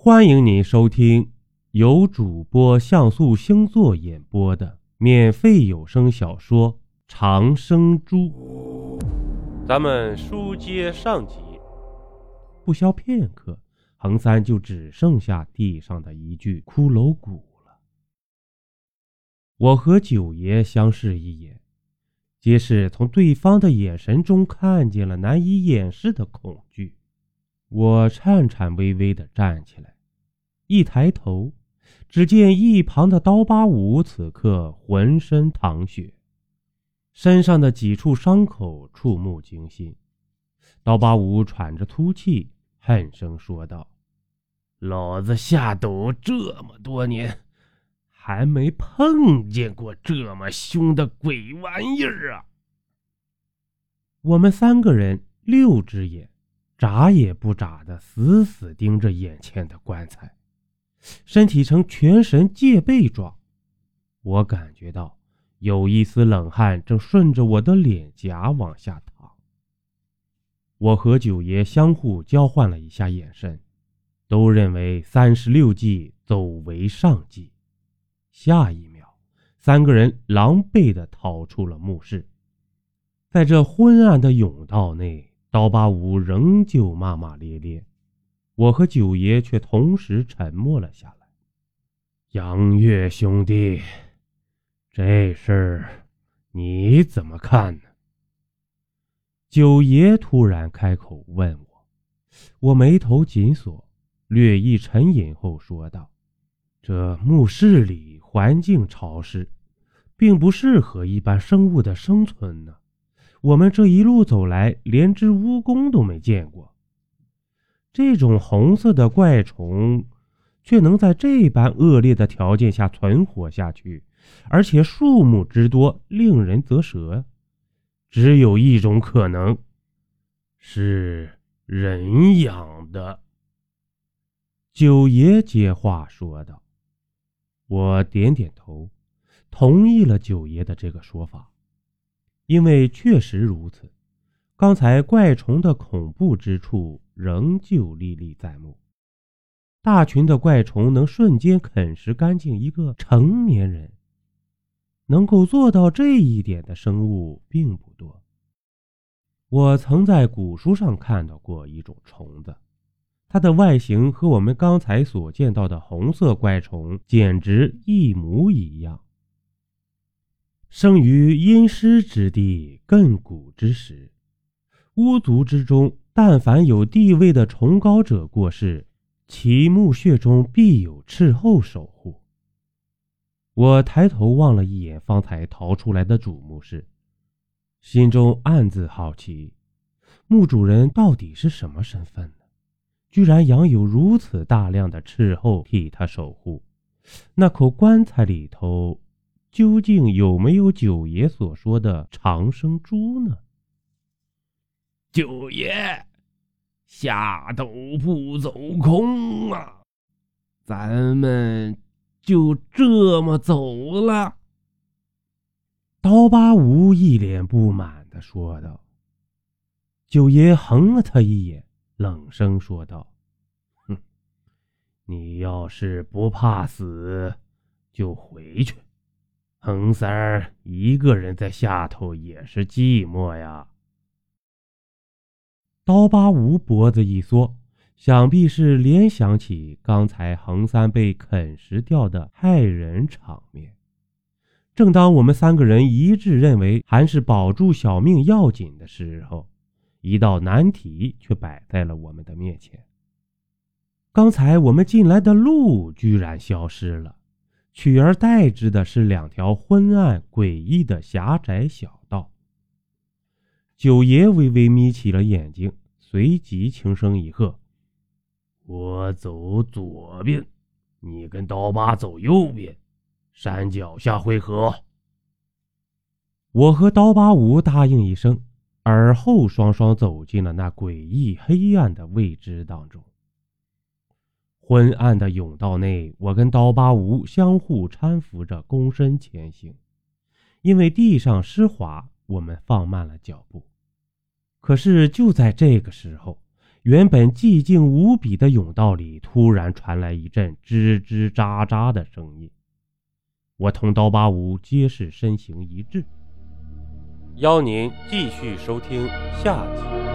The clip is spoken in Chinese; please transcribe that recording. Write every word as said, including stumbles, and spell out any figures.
欢迎您收听由主播像素星座演播的免费有声小说《长生珠》。咱们书接上集，不消片刻，横三就只剩下地上的一具骷髅骨了。我和九爷相视一眼，皆是从对方的眼神中看见了难以掩饰的恐惧。我颤颤巍巍地站起来，一抬头，只见一旁的刀疤五此刻浑身淌血，身上的几处伤口触目惊心。刀疤五喘着粗气，恨声说道：老子下斗这么多年，还没碰见过这么凶的鬼玩意儿啊！我们三个人六只眼眨也不眨的死死盯着眼前的棺材，身体呈全神戒备状。我感觉到有一丝冷汗正顺着我的脸颊往下淌。我和九爷相互交换了一下眼神，都认为三十六计走为上计。下一秒，三个人狼狈地逃出了墓室。在这昏暗的甬道内，刀疤五仍旧骂骂咧咧，我和九爷却同时沉默了下来。杨月兄弟，这事儿你怎么看呢？九爷突然开口问我，我眉头紧锁，略一沉吟后说道：这墓室里环境潮湿，并不适合一般生物的生存呢。我们这一路走来，连只蜈蚣都没见过。这种红色的怪虫却能在这般恶劣的条件下存活下去，而且数目之多，令人啧舌。只有一种可能，是人养的。九爷接话说道。我点点头，同意了九爷的这个说法，因为确实如此。刚才怪虫的恐怖之处仍旧历历在目，大群的怪虫能瞬间啃食干净一个成年人，能够做到这一点的生物并不多。我曾在古书上看到过一种虫子，它的外形和我们刚才所见到的红色怪虫简直一模一样。生于阴湿之地，亘古之时，巫族之中，但凡有地位的崇高者过世，其墓穴中必有斥候守护。我抬头望了一眼方才逃出来的主墓室，心中暗自好奇，墓主人到底是什么身份呢？居然养有如此大量的斥候替他守护。那口棺材里头究竟有没有九爷所说的长生珠呢？ 九爷，下斗不走空啊，咱们就这么走了？ 刀疤五一脸不满地说道。九爷横了他一眼，冷声说道：哼，你要是不怕死，就回去。横三儿一个人在下头也是寂寞呀。刀疤五脖子一缩，想必是联想起刚才横三被啃食掉的骇人场面。正当我们三个人一致认为还是保住小命要紧的时候，一道难题却摆在了我们的面前。刚才我们进来的路居然消失了，取而代之的是两条昏暗诡异的狭窄小道。九爷微微眯起了眼睛，随即轻声一喝：我走左边，你跟刀疤走右边，山脚下汇合。我和刀疤五答应一声，而后双双走进了那诡异黑暗的未知当中。昏暗的甬道内，我跟刀疤五相互搀扶着躬身前行，因为地上湿滑，我们放慢了脚步。可是就在这个时候， 原本寂静无比的甬道里突然传来一阵吱吱喳喳的声音。我同刀疤五皆是身形一滞。邀您继续收听下集。